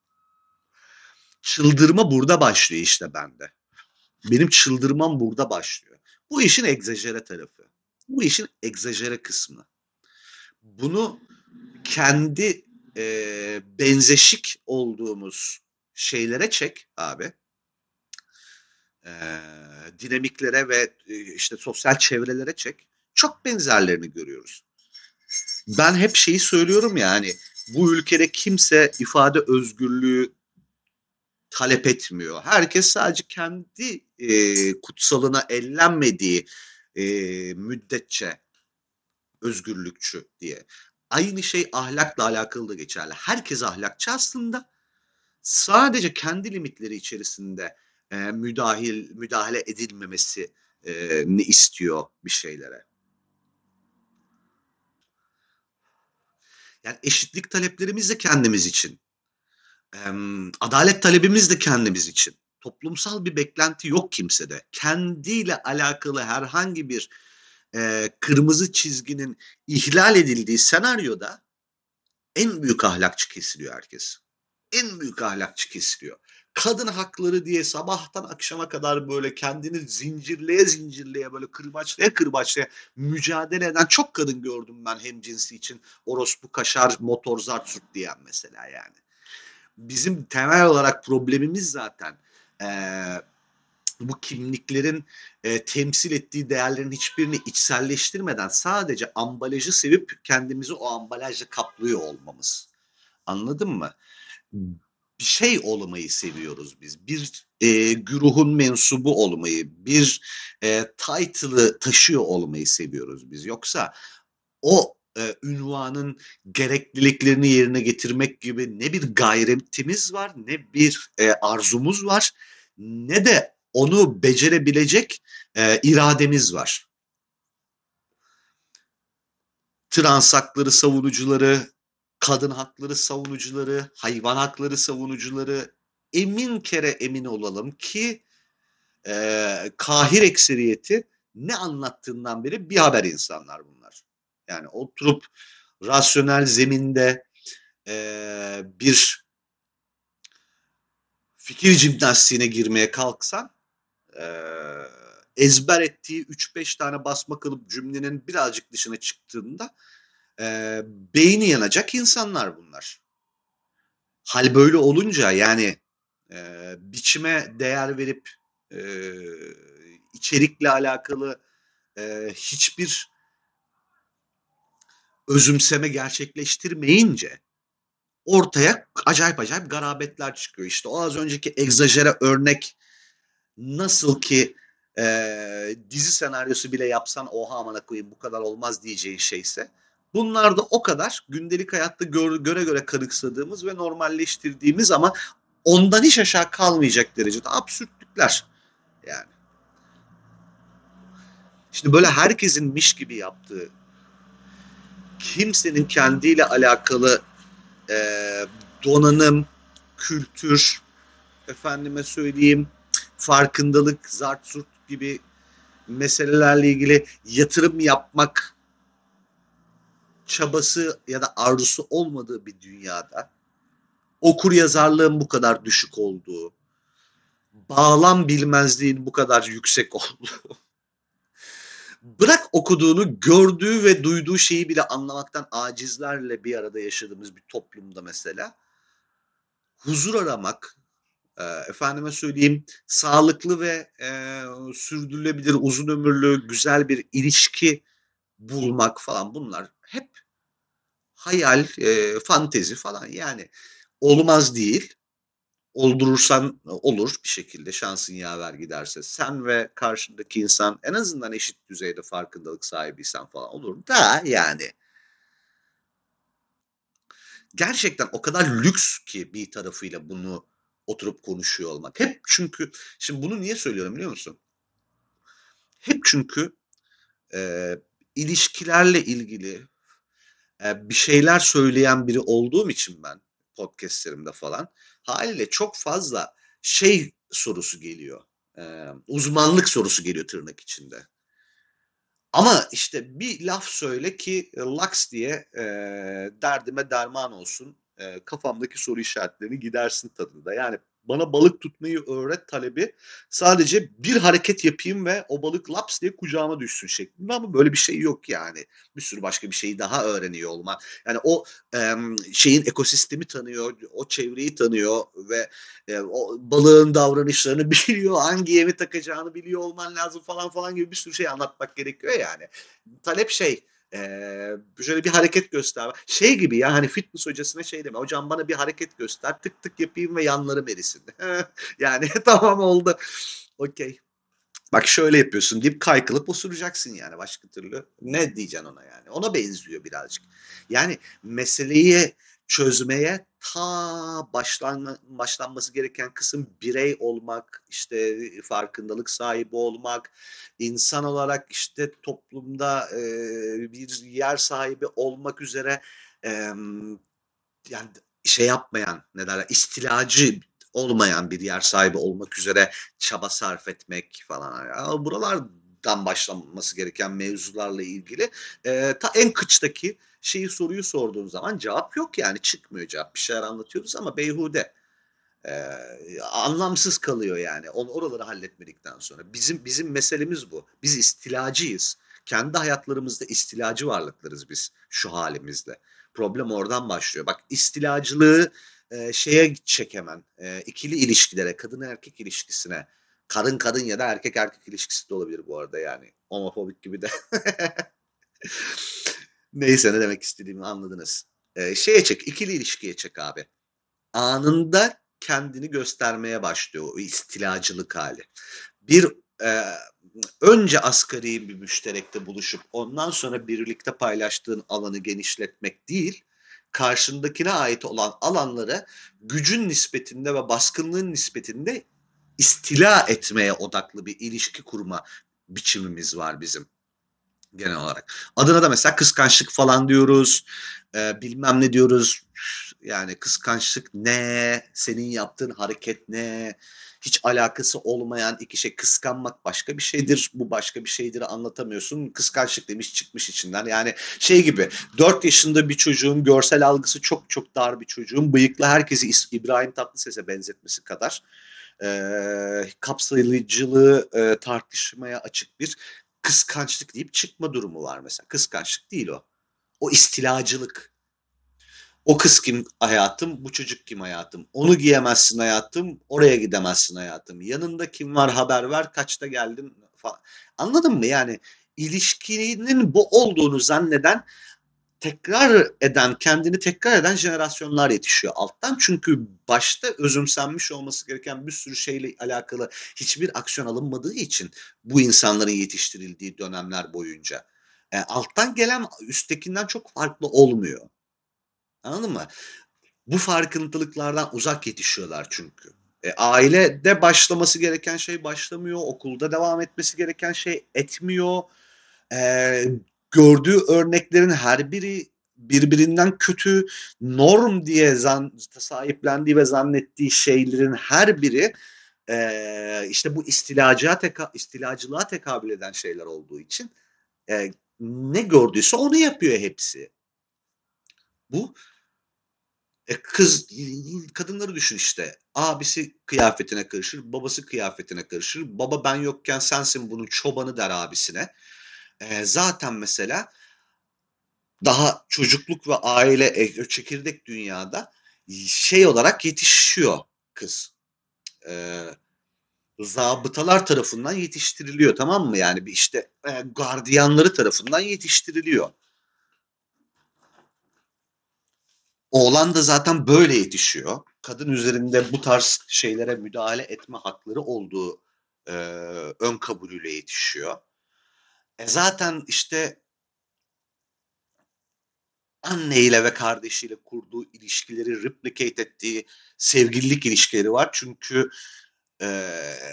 Çıldırma burada başlıyor işte bende. Benim çıldırmam burada başlıyor. Bu işin egzajere tarafı. Bu işin egzajere kısmı. Bunu kendi benzeşik olduğumuz şeylere çek abi. E, dinamiklere ve işte sosyal çevrelere çek. Çok benzerlerini görüyoruz. Ben hep şeyi söylüyorum ya, hani bu ülkede kimse ifade özgürlüğü talep etmiyor. Herkes sadece kendi kutsalına ellenmediği müddetçe özgürlükçü diye. Aynı şey ahlakla alakalı da geçerli. Herkes ahlakçı aslında. Sadece kendi limitleri içerisinde müdahale edilmemesi ne istiyor bir şeylere. Yani eşitlik taleplerimiz de kendimiz için. Adalet talebimiz de kendimiz için. Toplumsal bir beklenti yok kimsede. Kendiyle alakalı herhangi bir kırmızı çizginin ihlal edildiği senaryoda en büyük ahlakçı kesiliyor herkes. En büyük ahlakçı kesiliyor. Kadın hakları diye sabahtan akşama kadar böyle kendini zincirleye böyle kırbaçlaya mücadele eden çok kadın gördüm ben hemcinsi için. Orospu kaşar motor zart surt diyen mesela yani. Bizim temel olarak problemimiz zaten bu kimliklerin temsil ettiği değerlerin hiçbirini içselleştirmeden sadece ambalajı sevip kendimizi o ambalajla kaplıyor olmamız. Anladın mı? Bir şey olmayı seviyoruz biz. Bir güruhun mensubu olmayı, bir title'ı taşıyor olmayı seviyoruz biz. Yoksa o ünvanın gerekliliklerini yerine getirmek gibi ne bir gayretimiz var, ne bir arzumuz var, ne de onu becerebilecek irademiz var. Trans hakları savunucuları, kadın hakları savunucuları, hayvan hakları savunucuları emin kere emin olalım ki kahir ekseriyeti ne anlattığından beri bir haber insanlar bunlar. Yani oturup rasyonel zeminde bir fikir jimnastiğine girmeye kalksan ezber ettiği 3-5 tane basma kalıp cümlenin birazcık dışına çıktığında Beyni yanacak insanlar bunlar. Hal böyle olunca yani biçime değer verip e, içerikle alakalı hiçbir özümseme gerçekleştirmeyince ortaya acayip acayip garabetler çıkıyor. İşte o az önceki egzajere örnek nasıl ki dizi senaryosu bile yapsan oha amına koyayım bu kadar olmaz diyeceğin şeyse bunlar da o kadar gündelik hayatta göre göre kanıksadığımız ve normalleştirdiğimiz ama ondan hiç aşağı kalmayacak derecede absürtlükler yani. Şimdi böyle herkesin miş gibi yaptığı, kimsenin kendiyle alakalı e, donanım, kültür, efendime söyleyeyim, farkındalık, zart zurt gibi meselelerle ilgili yatırım yapmak çabası ya da arzusu olmadığı bir dünyada okuryazarlığın bu kadar düşük olduğu, bağlam bilmezliğin bu kadar yüksek olduğu, bırak okuduğunu gördüğü ve duyduğu şeyi bile anlamaktan acizlerle bir arada yaşadığımız bir toplumda mesela huzur aramak, efendime söyleyeyim sağlıklı ve sürdürülebilir, uzun ömürlü, güzel bir ilişki bulmak falan bunlar hep hayal, fantezi falan yani olmaz değil. Oldurursan olur bir şekilde şansın yaver giderse. Sen ve karşındaki insan en azından eşit düzeyde farkındalık sahibiysen falan olur da yani gerçekten o kadar lüks ki bir tarafıyla bunu oturup konuşuyor olmak. Hep çünkü şimdi bunu niye söylüyorum biliyor musun? Hep çünkü e, ilişkilerle ilgili bir şeyler söyleyen biri olduğum için ben podcastlerimde falan haliyle çok fazla şey sorusu geliyor. Uzmanlık sorusu geliyor tırnak içinde. Ama işte bir laf söyle ki laks diye derdime derman olsun. Kafamdaki soru işaretlerini gidersin tadında. Yani bana balık tutmayı öğret talebi sadece bir hareket yapayım ve o balık laps diye kucağıma düşsün şeklinde ama böyle bir şey yok yani. Bir sürü başka bir şeyi daha öğreniyor olma. Yani o şeyin ekosistemi tanıyor, o çevreyi tanıyor ve o balığın davranışlarını biliyor, hangi yemi takacağını biliyor olman lazım falan falan gibi bir sürü şey anlatmak gerekiyor yani. Talep şey şöyle bir hareket göster. Şey gibi ya hani fitness hocasına şey deme. Hocam bana bir hareket göster. Tık tık yapayım ve yanlarım erisin. Yani tamam oldu. Okey. Bak şöyle yapıyorsun deyip kaykılıp osuracaksın yani başka türlü. Ne diyeceksin ona yani? Ona benziyor birazcık. Yani meseleyi çözmeye başlanması gereken kısım birey olmak, işte farkındalık sahibi olmak, insan olarak işte toplumda bir yer sahibi olmak üzere e, yani şey yapmayan ne derler istilacı olmayan bir yer sahibi olmak üzere çaba sarf etmek falan. Ya, buralardan başlanması gereken mevzularla ilgili ta en kıçtaki soruyu sorduğun zaman cevap yok yani çıkmıyor cevap. Bir şeyler anlatıyoruz ama beyhude. Anlamsız kalıyor yani. Oraları halletmedikten sonra. Bizim meselemiz bu. Biz istilacıyız. Kendi hayatlarımızda istilacı varlıklarız biz şu halimizde. Problem oradan başlıyor. Bak istilacılığı şeye çek hemen. İkili ilişkilere, kadın erkek ilişkisine. Kadın kadın ya da erkek erkek ilişkisi de olabilir bu arada yani. Homofobik gibi de. Neyse ne demek istediğimi anladınız. Şeye çek, ikili ilişkiye çek abi. Anında kendini göstermeye başlıyor o istilacılık hali. Bir e, önce asgari bir müşterekte buluşup ondan sonra birlikte paylaştığın alanı genişletmek değil, karşındakine ait olan alanları gücün nispetinde ve baskınlığın nispetinde istila etmeye odaklı bir ilişki kurma biçimimiz var bizim genel olarak. Adına da mesela kıskançlık falan diyoruz. Bilmem ne diyoruz. Yani kıskançlık ne? Senin yaptığın hareket ne? Hiç alakası olmayan iki şey. Kıskanmak başka bir şeydir. Bu başka bir şeydir anlatamıyorsun. Kıskançlık demiş çıkmış içinden. Yani şey gibi 4 yaşında bir çocuğun görsel algısı çok çok dar bir çocuğun bıyıklı herkesi İbrahim Tatlıses'e benzetmesi kadar kapsayıcılığı tartışmaya açık bir kıskançlık deyip çıkma durumu var mesela. Kıskançlık değil o. O istilacılık. O kız kim hayatım, bu çocuk kim hayatım. Onu giyemezsin hayatım, oraya gidemezsin hayatım. Yanında kim var haber ver, kaçta geldin falan. Anladın mı? Yani ilişkinin bu olduğunu zanneden, kendini tekrar eden jenerasyonlar yetişiyor alttan. Çünkü başta özümsenmiş olması gereken bir sürü şeyle alakalı hiçbir aksiyon alınmadığı için bu insanların yetiştirildiği dönemler boyunca. Alttan gelen üsttekinden çok farklı olmuyor. Anladın mı? Bu farkındalıklardan uzak yetişiyorlar çünkü. Ailede başlaması gereken şey başlamıyor, okulda devam etmesi gereken şey etmiyor. E, Gördüğü örneklerin her biri birbirinden kötü, norm diye sahiplendiği ve zannettiği şeylerin her biri işte bu istilacılığa tekabül eden şeyler olduğu için ne gördüyse onu yapıyor hepsi. Bu kadınları düşün işte. Abisi kıyafetine karışır, babası kıyafetine karışır. Baba ben yokken sensin bunun çobanı der abisine. Zaten mesela daha çocukluk ve aile çekirdek dünyada şey olarak yetişiyor kız. Ee, Zabıtalar tarafından yetiştiriliyor, tamam mı? Yani bir işte gardiyanları tarafından yetiştiriliyor. Oğlan da zaten böyle yetişiyor. Kadın üzerinde bu tarz şeylere müdahale etme hakları olduğu e, ön kabulüyle yetişiyor. Zaten işte anneyle ve kardeşiyle kurduğu ilişkileri replicate ettiği sevgililik ilişkileri var. Çünkü e,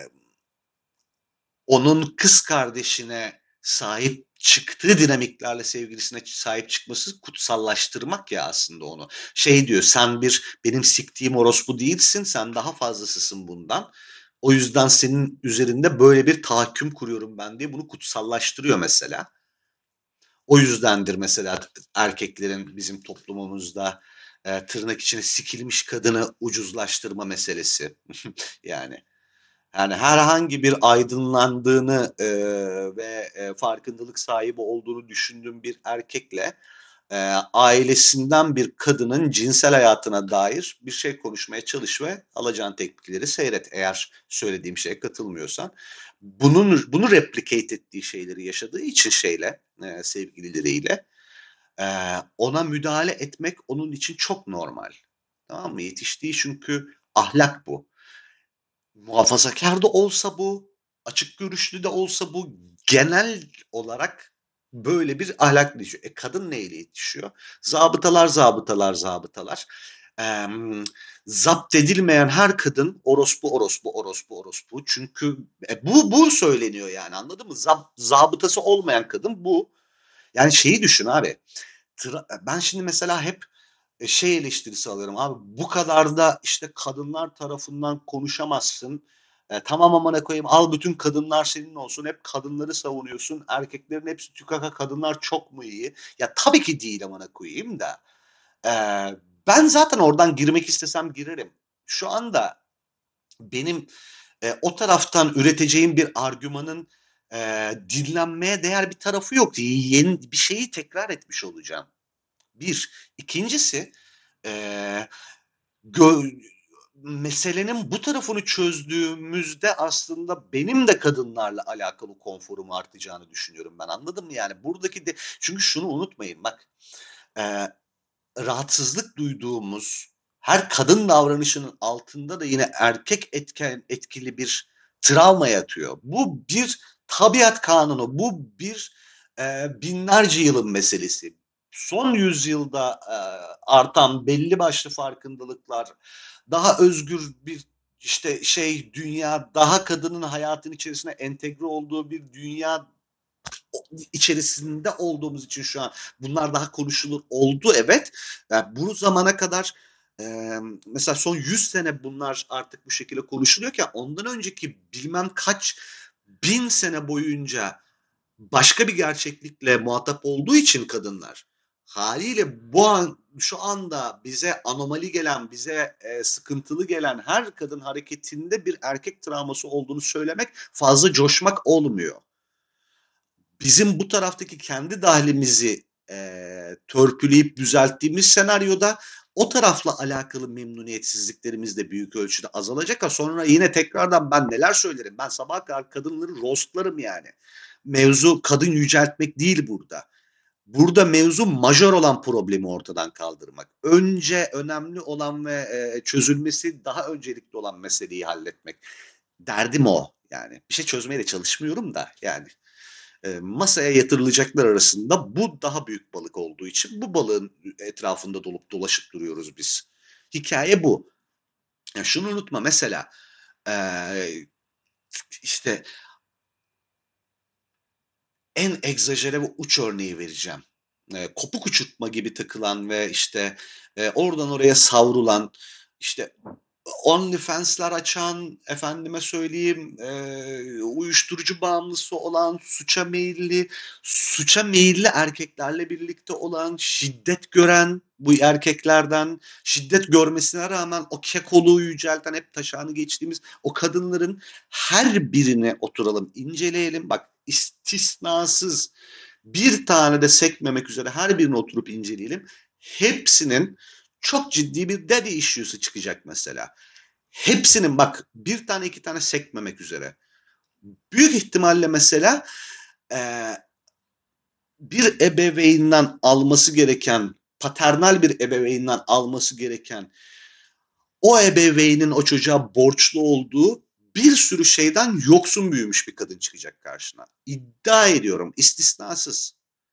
onun kız kardeşine sahip çıktığı dinamiklerle sevgilisine sahip çıkması kutsallaştırmak ya aslında onu. Şey diyor, sen benim siktiğim orospu değilsin, sen daha fazlasısın bundan. O yüzden senin üzerinde böyle bir tahakküm kuruyorum ben diye bunu kutsallaştırıyor mesela. O yüzdendir mesela erkeklerin bizim toplumumuzda tırnak içine sikilmiş kadını ucuzlaştırma meselesi. yani. Yani herhangi bir aydınlandığını ve farkındalık sahibi olduğunu düşündüğüm bir erkekle e, ailesinden bir kadının cinsel hayatına dair bir şey konuşmaya çalış ve alacağın tepkileri seyret. Eğer söylediğim şeye katılmıyorsan. Bunu replicate ettiği şeyleri yaşadığı için sevgilileriyle ona müdahale etmek onun için çok normal. Tamam mı? Yetiştiği çünkü ahlak bu. Muhafazakar da olsa bu, açık görüşlü de olsa bu, genel olarak böyle bir ahlak yetişiyor. Kadın neyle yetişiyor? Zabıtalar, zabıtalar, zabıtalar. Eee Zapt edilmeyen her kadın orospu, orospu, orospu, orospu. Çünkü bu söyleniyor yani, anladın mı? Zabıtası olmayan kadın bu. Yani şeyi düşün abi. Ben şimdi mesela hep şey eleştirisi alıyorum abi, bu kadar da işte kadınlar tarafından konuşamazsın. Tamam amına koyayım, al bütün kadınlar senin olsun, hep kadınları savunuyorsun, erkeklerin hepsi tükaka, kadınlar çok mu iyi? Ya tabii ki değil amına koyayım da. E, Ben zaten oradan girmek istesem girerim. Şu anda benim o taraftan üreteceğim bir argümanın dinlenmeye değer bir tarafı yok. Yeni bir şeyi tekrar etmiş olacağım. Bir. İkincisi e, gö- meselenin bu tarafını çözdüğümüzde aslında benim de kadınlarla alakalı konforum artacağını düşünüyorum ben. Anladın mı? Yani buradaki de, çünkü şunu unutmayın bak, e, rahatsızlık duyduğumuz her kadın davranışının altında da yine etkili bir travma yatıyor. Bu bir tabiat kanunu, bu bir binlerce yılın meselesi. Son yüzyılda artan belli başlı farkındalıklar, daha özgür bir işte dünya, daha kadının hayatın içerisine entegre olduğu bir dünya içerisinde olduğumuz için şu an bunlar daha konuşulur oldu, evet. Yani bu zamana kadar mesela son 100 sene bunlar artık bu şekilde konuşuluyorken ondan önceki bilmem kaç bin sene boyunca başka bir gerçeklikle muhatap olduğu için kadınlar, haliyle şu anda bize anomali gelen, bize sıkıntılı gelen her kadın hareketinde bir erkek travması olduğunu söylemek fazla coşmak olmuyor. Bizim bu taraftaki kendi dahlimizi törpüleyip düzelttiğimiz senaryoda o tarafla alakalı memnuniyetsizliklerimiz de büyük ölçüde azalacak. Ha sonra yine tekrardan ben neler söylerim? Ben sabaha kadar kadınları roastlarım yani. Mevzu kadın yüceltmek değil burada. Burada mevzu majör olan problemi ortadan kaldırmak. Önce önemli olan ve çözülmesi daha öncelikli olan meseleyi halletmek. Derdim o yani. Bir şey çözmeye de çalışmıyorum da yani. Masaya yatırılacaklar arasında bu daha büyük balık olduğu için bu balığın etrafında dolup dolaşıp duruyoruz biz. Hikaye bu. Yani şunu unutma mesela işte en egzajere ve uç örneği vereceğim. Kopuk uçurtma gibi takılan ve işte oradan oraya savrulan işte OnlyFans'lar açan, efendime söyleyeyim, uyuşturucu bağımlısı olan, suça meyilli erkeklerle birlikte olan, şiddet gören bu erkeklerden, şiddet görmesine rağmen o kekoluğu yücelten, hep taşağını geçtiğimiz o kadınların her birine oturalım, inceleyelim. Bak istisnasız bir tane de sekmemek üzere her birini oturup inceleyelim. Hepsinin çok ciddi bir daddy issue'su çıkacak mesela. Hepsinin bak bir tane iki tane sekmemek üzere. Büyük ihtimalle mesela bir ebeveynden alması gereken, paternal bir ebeveynden alması gereken o ebeveynin o çocuğa borçlu olduğu bir sürü şeyden yoksun büyümüş bir kadın çıkacak karşına. İddia ediyorum istisnasız.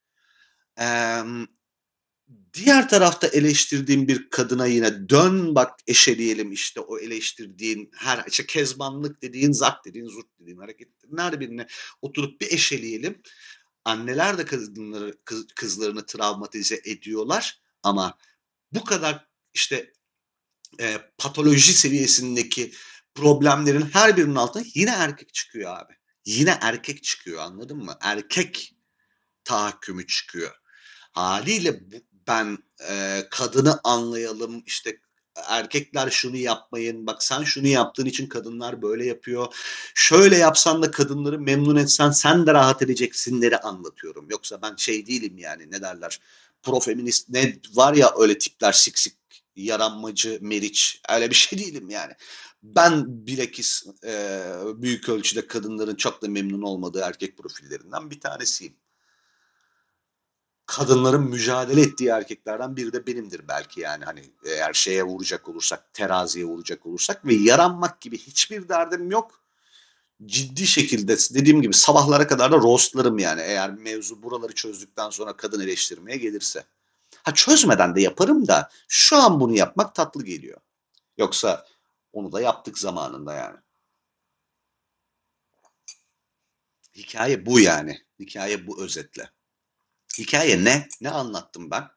Diğer tarafta eleştirdiğim bir kadına yine dön bak eşeleyelim işte o eleştirdiğin her işte kezbanlık dediğin, zat dediğin, zurt dediğin hareketlerin her birine oturup bir eşeleyelim. Anneler de kızlarını travmatize ediyorlar ama bu kadar işte patoloji seviyesindeki problemlerin her birinin altında yine erkek çıkıyor abi. Yine erkek çıkıyor, anladın mı? Erkek tahakkümü çıkıyor. Haliyle ben kadını anlayalım işte erkekler şunu yapmayın bak sen şunu yaptığın için kadınlar böyle yapıyor. Şöyle yapsan da kadınları memnun etsen sen de rahat edeceksinleri anlatıyorum. Yoksa ben şey değilim yani ne derler profeminist ne var ya öyle tipler siksik yaranmacı meriç öyle bir şey değilim yani. Ben bilakis büyük ölçüde kadınların çok da memnun olmadığı erkek profillerinden bir tanesiyim. Kadınların mücadele ettiği erkeklerden biri de benimdir belki yani hani eğer şeye vuracak olursak teraziye vuracak olursak ve yaranmak gibi hiçbir derdim yok. Ciddi şekilde dediğim gibi sabahlara kadar da roastlarım yani eğer mevzu buraları çözdükten sonra kadın eleştirmeye gelirse. Ha çözmeden de yaparım da şu an bunu yapmak tatlı geliyor. Yoksa onu da yaptık zamanında yani. Hikaye bu yani. Hikaye bu özetle. Hikaye ne? Ne anlattım ben?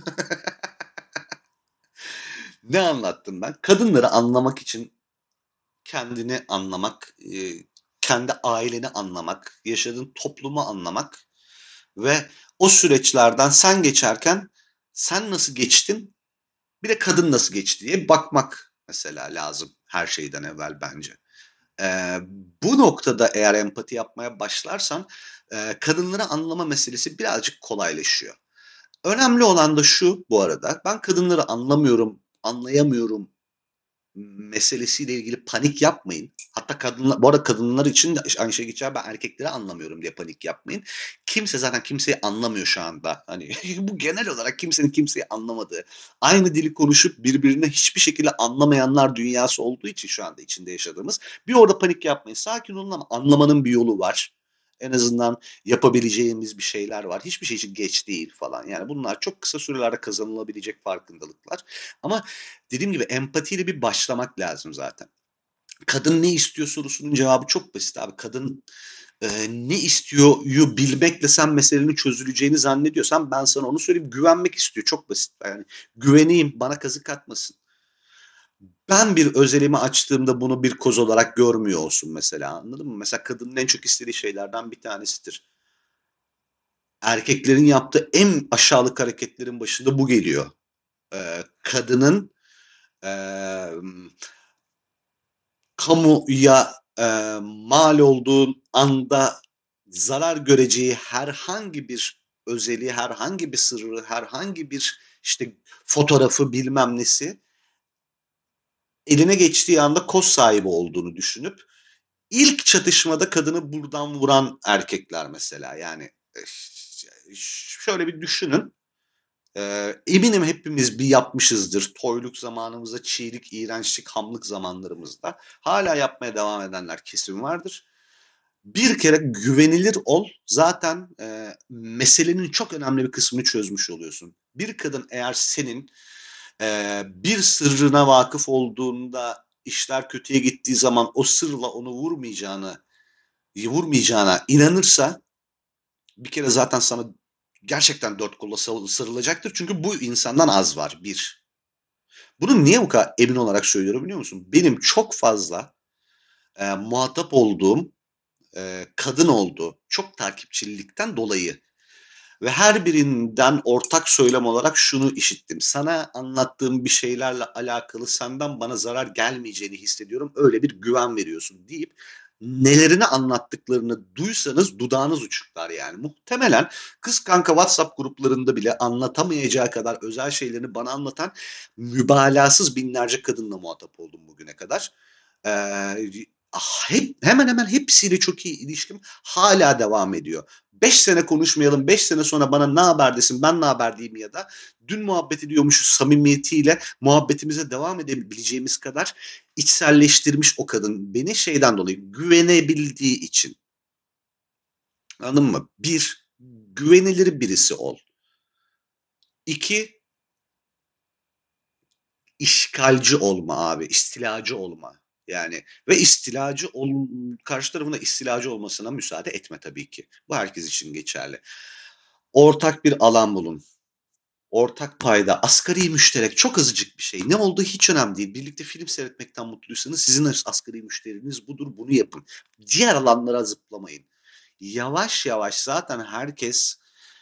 Ne anlattım ben? Kadınları anlamak için kendini anlamak, kendi aileni anlamak, yaşadığın toplumu anlamak ve o süreçlerden sen geçerken sen nasıl geçtin, bir de kadın nasıl geçti diye bakmak mesela lazım her şeyden evvel bence. Bu noktada eğer empati yapmaya başlarsan kadınları anlama meselesi birazcık kolaylaşıyor. Önemli olan da şu bu arada, ben kadınları anlamıyorum, anlayamıyorum meselesiyle ilgili panik yapmayın. Hatta kadınlar, bu arada kadınlar için de aynı şey geçer. Ben erkekleri anlamıyorum diye panik yapmayın. Kimse zaten kimseyi anlamıyor şu anda. Hani bu genel olarak kimsenin kimseyi anlamadığı, aynı dili konuşup birbirine hiçbir şekilde anlamayanlar dünyası olduğu için şu anda içinde yaşadığımız. Bir orada panik yapmayın. Sakin olun ama anlamanın bir yolu var. En azından yapabileceğimiz bir şeyler var. Hiçbir şey için geç değil falan. Yani bunlar çok kısa sürelerde kazanılabilecek farkındalıklar. Ama dediğim gibi empatiyle bir başlamak lazım zaten. Kadın ne istiyor sorusunun cevabı çok basit abi. Kadın ne istiyor'yu bilmekle sen meselenin çözüleceğini zannediyorsan ben sana onu söyleyeyim. Güvenmek istiyor. Çok basit. Yani güveneyim, bana kazık atmasın. Ben bir özelimi açtığımda bunu bir koz olarak görmüyor olsun mesela, anladın mı? Mesela kadının en çok istediği şeylerden bir tanesidir. Erkeklerin yaptığı en aşağılık hareketlerin başında bu geliyor. Kadının eee kamuya mal olduğu anda zarar göreceği herhangi bir özeli, herhangi bir sırrı, herhangi bir işte fotoğrafı bilmem nesi eline geçtiği anda koz sahibi olduğunu düşünüp ilk çatışmada kadını buradan vuran erkekler mesela. Yani şöyle bir düşünün. Eminim hepimiz bir yapmışızdır. Toyluk zamanımızda, çiğlik, iğrençlik, hamlık zamanlarımızda. Hala yapmaya devam edenler kesin vardır. Bir kere güvenilir ol, zaten meselenin çok önemli bir kısmını çözmüş oluyorsun. Bir kadın eğer senin bir sırrına vakıf olduğunda, işler kötüye gittiği zaman o sırla onu vurmayacağına inanırsa bir kere zaten sana gerçekten dört kolla sarılacaktır. Çünkü bu insandan az var. Bir. Bunu niye bu kadar emin olarak söylüyorum biliyor musun? Benim çok fazla muhatap olduğum kadın oldu. Çok takipçilikten dolayı. Ve her birinden ortak söylem olarak şunu işittim. Sana anlattığım bir şeylerle alakalı senden bana zarar gelmeyeceğini hissediyorum. Öyle bir güven veriyorsun deyip nelerini anlattıklarını duysanız dudağınız uçuklar yani. Muhtemelen kız kanka WhatsApp gruplarında bile anlatamayacağı kadar özel şeylerini bana anlatan mübalağasız binlerce kadınla muhatap oldum bugüne kadar. Hemen hemen hepsiyle çok iyi ilişkim hala devam ediyor. 5 sene konuşmayalım, 5 sene sonra bana ne haber desin, ben ne haber diyeyim ya da dün muhabbet ediyormuşuz samimiyetiyle muhabbetimize devam edebileceğimiz kadar içselleştirmiş o kadın. Beni şeyden dolayı güvenebildiği için. Anladın mı? Bir, güvenilir birisi ol. İki, işgalci olma abi, istilacı olma. Yani ve karşı tarafına istilacı olmasına müsaade etme tabii ki. Bu herkes için geçerli. Ortak bir alan bulun. Ortak payda, asgari müşterek çok azıcık bir şey. Ne olduğu hiç önemli değil. Birlikte film seyretmekten mutluysanız sizin asgari müşteriniz budur, bunu yapın. Diğer alanlara zıplamayın. Yavaş yavaş zaten herkes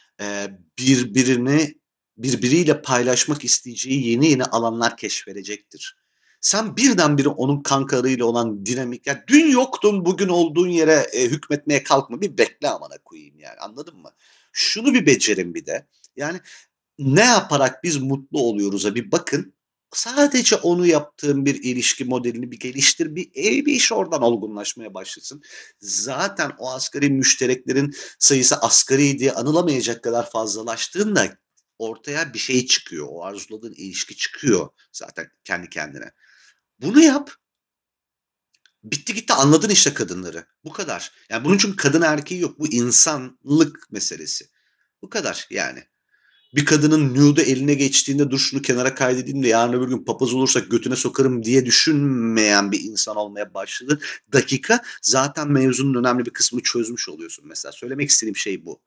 birbiriyle paylaşmak isteyeceği yeni alanlar keşfedecektir. Sen birdenbire onun kankalarıyla olan dinamik, ya dün yoktun bugün olduğun yere hükmetmeye kalkma, bir bekle amına koyayım yani, anladın mı? Şunu bir becerin bir de. Yani ne yaparak biz mutlu oluyoruz'a bir bakın. Sadece onu yaptığın bir ilişki modelini bir geliştir. Bir iş oradan olgunlaşmaya başlasın. Zaten o asgari müştereklerin sayısı asgari diye anılamayacak kadar fazlalaştığında ortaya bir şey çıkıyor. O arzuladığın ilişki çıkıyor zaten kendi kendine. Bunu yap. Bitti gitti, anladın işte kadınları. Bu kadar. Yani bunun için kadın erkeği yok. Bu insanlık meselesi. Bu kadar yani. Bir kadının nude'u eline geçtiğinde dur şunu kenara kaydedeyim de yarın öbür gün papaz olursak götüne sokarım diye düşünmeyen bir insan olmaya başladı. Dakika zaten mevzunun önemli bir kısmını çözmüş oluyorsun mesela. Söylemek istediğim şey bu.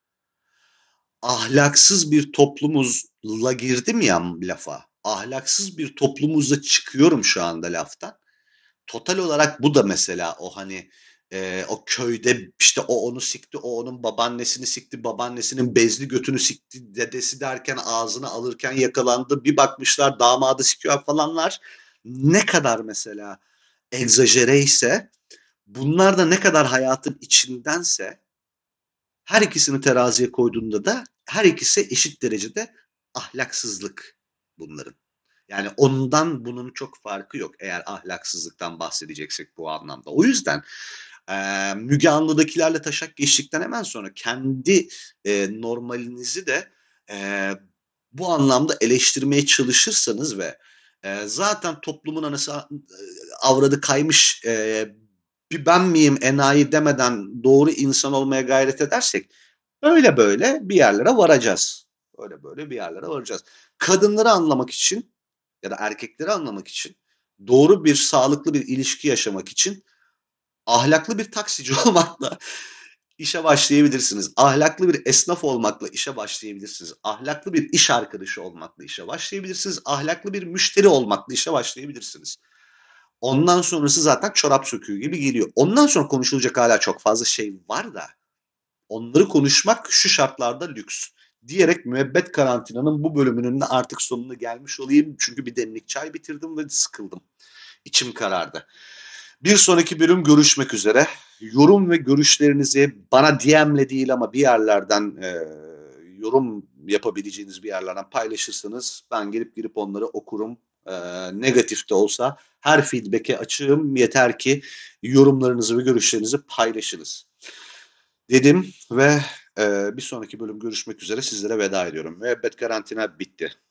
Ahlaksız bir toplumuzla girdim ya lafa. Ahlaksız bir toplumuzla çıkıyorum şu anda laftan. Total olarak bu da mesela o hani o köyde işte o onu sikti, o onun babaannesini sikti, babaannesinin bezli götünü sikti, dedesi derken ağzını alırken yakalandı. Bir bakmışlar damadı sikiyor falanlar. Ne kadar mesela egzajere ise bunlar da ne kadar hayatın içindense her ikisini teraziye koyduğunda da her ikisi eşit derecede ahlaksızlık bunların. Yani ondan bunun çok farkı yok eğer ahlaksızlıktan bahsedeceksek bu anlamda. O yüzden Müge Anlı'dakilerle taşak geçtikten hemen sonra kendi normalinizi de bu anlamda eleştirmeye çalışırsanız ve zaten toplumun anası avradı kaymış bir ben miyim enayi demeden doğru insan olmaya gayret edersek böyle böyle bir yerlere varacağız. Öyle böyle bir yerlere varacağız. Kadınları anlamak için ya da erkekleri anlamak için, doğru bir sağlıklı bir ilişki yaşamak için ahlaklı bir taksici olmakla işe başlayabilirsiniz. Ahlaklı bir esnaf olmakla işe başlayabilirsiniz. Ahlaklı bir iş arkadaşı olmakla işe başlayabilirsiniz. Ahlaklı bir müşteri olmakla işe başlayabilirsiniz. Ondan sonrası zaten çorap söküğü gibi geliyor. Ondan sonra konuşulacak hala çok fazla şey var da onları konuşmak şu şartlarda lüks diyerek müebbet karantinanın bu bölümünün de artık sonuna gelmiş olayım. Çünkü bir demlik çay bitirdim ve sıkıldım. İçim karardı. Bir sonraki bölüm görüşmek üzere. Yorum ve görüşlerinizi bana DM'le değil ama bir yerlerden yorum yapabileceğiniz bir yerlerden paylaşırsanız ben girip onları okurum. Negatif de olsa her feedback'e açığım. Yeter ki yorumlarınızı ve görüşlerinizi paylaşınız dedim ve bir sonraki bölüm görüşmek üzere sizlere veda ediyorum. Müebbet karantina bitti.